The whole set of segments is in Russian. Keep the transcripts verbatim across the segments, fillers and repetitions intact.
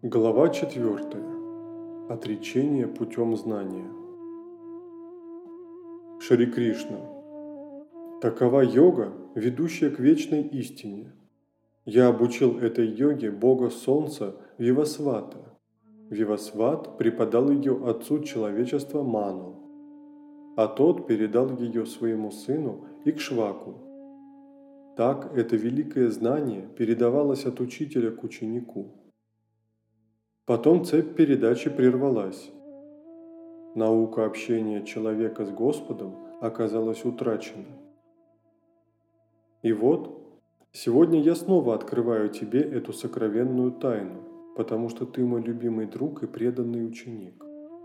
Глава четвертая. Отречение путем знания. Шри Кришна. Такова йога, ведущая к вечной истине. Я обучил этой йоге бога солнца Вивасвата. Вивасват преподал ее отцу человечества Ману, а тот передал ее своему сыну Икшваку. Так это великое знание передавалось от учителя к ученику. Потом цепь передачи прервалась. Наука общения человека с Господом оказалась утрачена. И вот, сегодня я снова открываю тебе эту сокровенную тайну, потому что ты мой любимый друг и преданный ученик.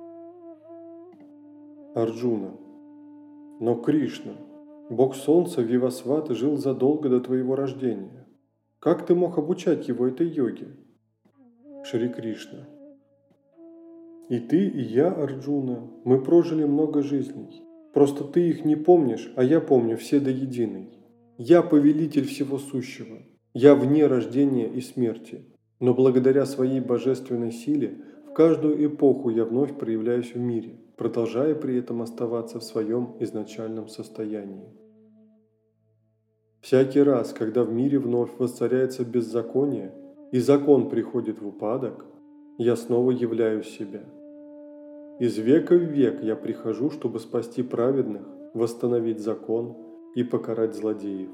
Арджуна. Но Кришна, бог солнца Вивасвата, жил задолго до твоего рождения. Как ты мог обучать его этой йоге? Шри Кришна. И ты, и я, Арджуна, мы прожили много жизней. Просто ты их не помнишь, а я помню все до единой. Я повелитель всего сущего. Я вне рождения и смерти. Но благодаря своей божественной силе в каждую эпоху я вновь проявляюсь в мире, продолжая при этом оставаться в своем изначальном состоянии. Всякий раз, когда в мире вновь воцаряется беззаконие, и закон приходит в упадок, я снова являю себя. Из века в век я прихожу, чтобы спасти праведных, восстановить закон и покарать злодеев.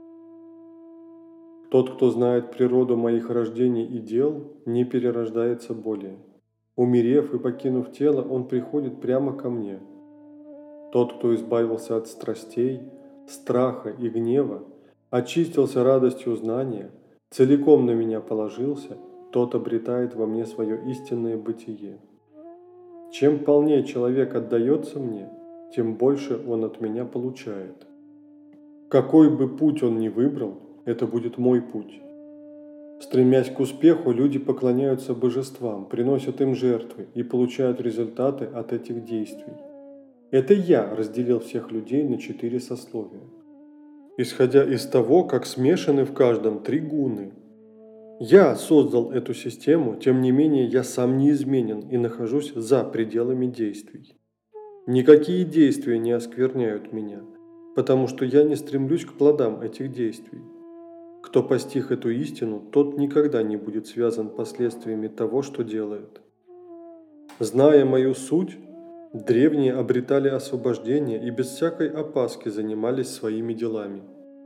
Тот, кто знает природу моих рождений и дел, не перерождается более. Умерев и покинув тело, он приходит прямо ко мне. Тот, кто избавился от страстей, страха и гнева, очистился радостью знания, целиком на меня положился, тот обретает во мне свое истинное бытие. Чем полнее человек отдается мне, тем больше он от меня получает. Какой бы путь он ни выбрал, это будет мой путь. Стремясь к успеху, люди поклоняются божествам, приносят им жертвы и получают результаты от этих действий. Это я разделил всех людей на четыре сословия, исходя из того, как смешаны в каждом три гуны. Я создал эту систему, тем не менее я сам неизменен и нахожусь за пределами действий. Никакие действия не оскверняют меня, потому что я не стремлюсь к плодам этих действий. Кто постиг эту истину, тот никогда не будет связан последствиями того, что делает. Зная мою суть, древние обретали освобождение и без всякой опаски занимались своими делами.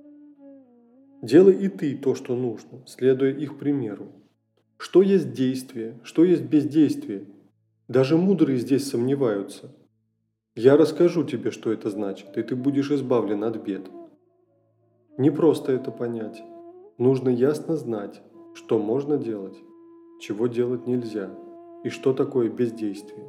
Делай и ты то, что нужно, следуя их примеру. Что есть действие, что есть бездействие? Даже мудрые здесь сомневаются. Я расскажу тебе, что это значит, и ты будешь избавлен от бед. Не просто это понять. Нужно ясно знать, что можно делать, чего делать нельзя, и что такое бездействие.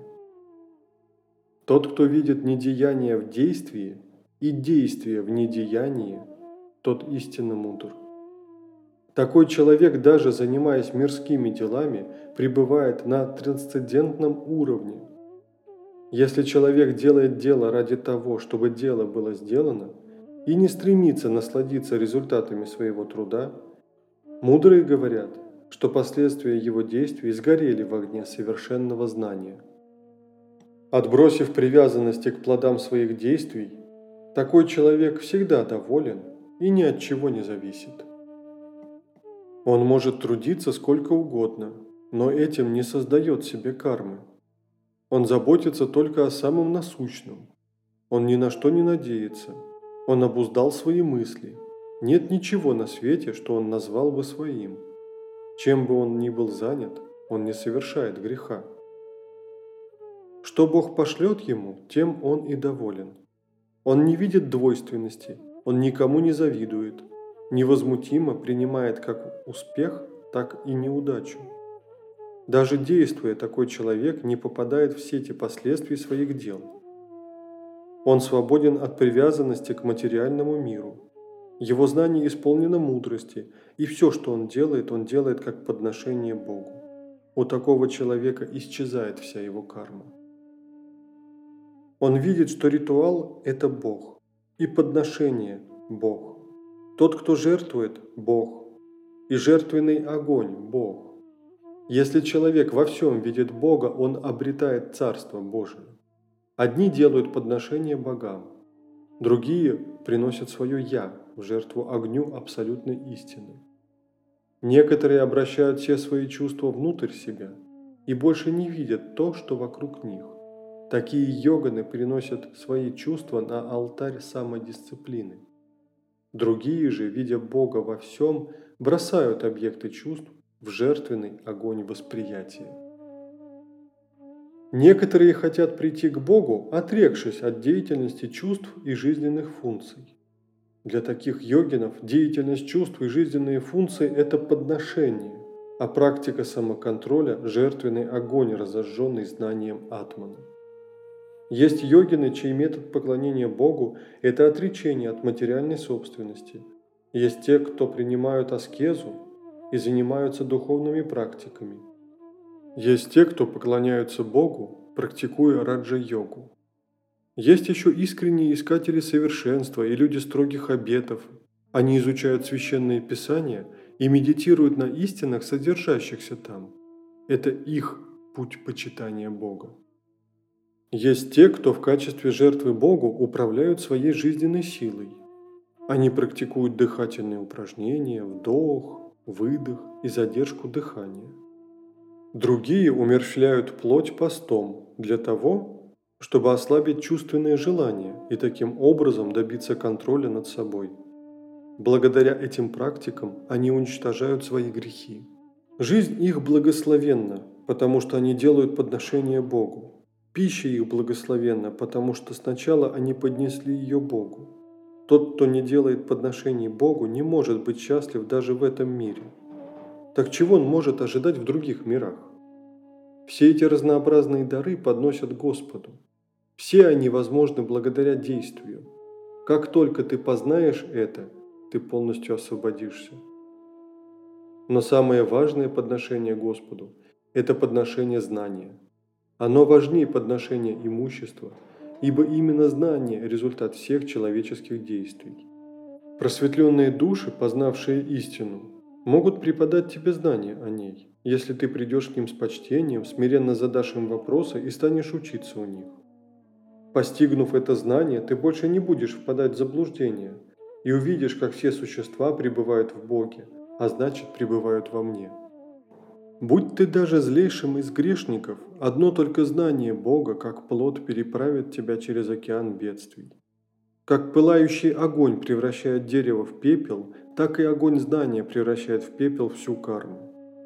Тот, кто видит недеяние в действии и действие в недеянии, тот истинно мудр. Такой человек, даже занимаясь мирскими делами, пребывает на трансцендентном уровне. Если человек делает дело ради того, чтобы дело было сделано, и не стремится насладиться результатами своего труда, мудрые говорят, что последствия его действий сгорели в огне совершенного знания. Отбросив привязанности к плодам своих действий, такой человек всегда доволен и ни от чего не зависит. Он может трудиться сколько угодно, но этим не создает себе кармы. Он заботится только о самом насущном. Он ни на что не надеется. Он обуздал свои мысли. Нет ничего на свете, что он назвал бы своим. Чем бы он ни был занят, он не совершает греха. Что Бог пошлет ему, тем он и доволен. Он не видит двойственности, он никому не завидует, невозмутимо принимает как успех, так и неудачу. Даже действуя, такой человек не попадает в сети последствий своих дел. Он свободен от привязанности к материальному миру. Его знание исполнено мудрости, и все, что он делает, он делает как подношение Богу. У такого человека исчезает вся его карма. Он видит, что ритуал – это Бог, и подношение – Бог. Тот, кто жертвует – Бог, и жертвенный огонь – Бог. Если человек во всем видит Бога, он обретает Царство Божие. Одни делают подношение богам, другие приносят свое «я» в жертву огню абсолютной истины. Некоторые обращают все свои чувства внутрь себя и больше не видят то, что вокруг них. Такие йоганы приносят свои чувства на алтарь самодисциплины. Другие же, видя Бога во всем, бросают объекты чувств в жертвенный огонь восприятия. Некоторые хотят прийти к Богу, отрекшись от деятельности чувств и жизненных функций. Для таких йогинов деятельность чувств и жизненные функции – это подношение, а практика самоконтроля – жертвенный огонь, разожженный знанием атмана. Есть йогины, чей метод поклонения Богу – это отречение от материальной собственности. Есть те, кто принимают аскезу и занимаются духовными практиками. Есть те, кто поклоняются Богу, практикуя раджа-йогу. Есть еще искренние искатели совершенства и люди строгих обетов. Они изучают священные писания и медитируют на истинах, содержащихся там. Это их путь почитания Бога. Есть те, кто в качестве жертвы Богу управляют своей жизненной силой. Они практикуют дыхательные упражнения, вдох, выдох и задержку дыхания. Другие умерщвляют плоть постом для того, чтобы ослабить чувственные желания и таким образом добиться контроля над собой. Благодаря этим практикам они уничтожают свои грехи. Жизнь их благословенна, потому что они делают подношение Богу. Пища их благословенна, потому что сначала они поднесли ее Богу. Тот, кто не делает подношений Богу, не может быть счастлив даже в этом мире. Так чего он может ожидать в других мирах? Все эти разнообразные дары подносят Господу. Все они возможны благодаря действию. Как только ты познаешь это, ты полностью освободишься. Но самое важное подношение Господу – это подношение знания. Оно важнее подношения имущества, ибо именно знание – результат всех человеческих действий. Просветленные души, познавшие истину, могут преподать тебе знания о ней, если ты придешь к ним с почтением, смиренно задашь им вопросы и станешь учиться у них. Постигнув это знание, ты больше не будешь впадать в заблуждение и увидишь, как все существа пребывают в Боге, а значит пребывают во мне. Будь ты даже злейшим из грешников, одно только знание Бога, как плод, переправит тебя через океан бедствий. Как пылающий огонь превращает дерево в пепел, так и огонь знания превращает в пепел всю карму.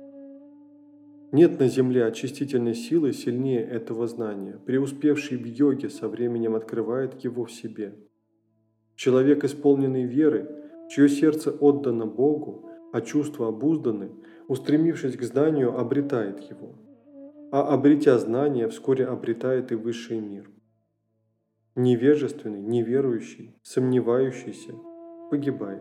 Нет на земле очистительной силы сильнее этого знания. Преуспевший в йоге со временем открывает его в себе. Человек, исполненный веры, чье сердце отдано Богу, а чувства обузданы, устремившись к знанию, обретает его. А обретя знание, вскоре обретает и высший мир. Невежественный, неверующий, сомневающийся погибает.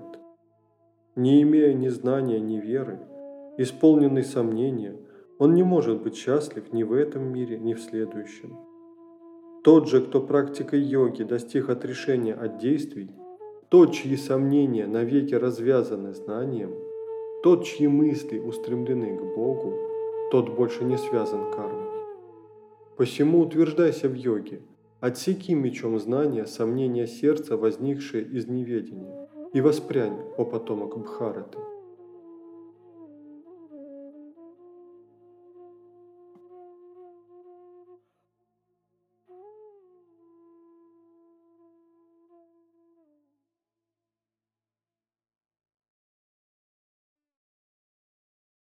Не имея ни знания, ни веры, исполненный сомнения, он не может быть счастлив ни в этом мире, ни в следующем. Тот же, кто практикой йоги достиг отрешения от действий, тот, чьи сомнения навеки развязаны знанием, тот, чьи мысли устремлены к Богу, тот больше не связан кармой. Посему утверждайся в йоге, отсеки мечом знания сомнения сердца, возникшие из неведения, и воспрянь, о потомок Бхараты.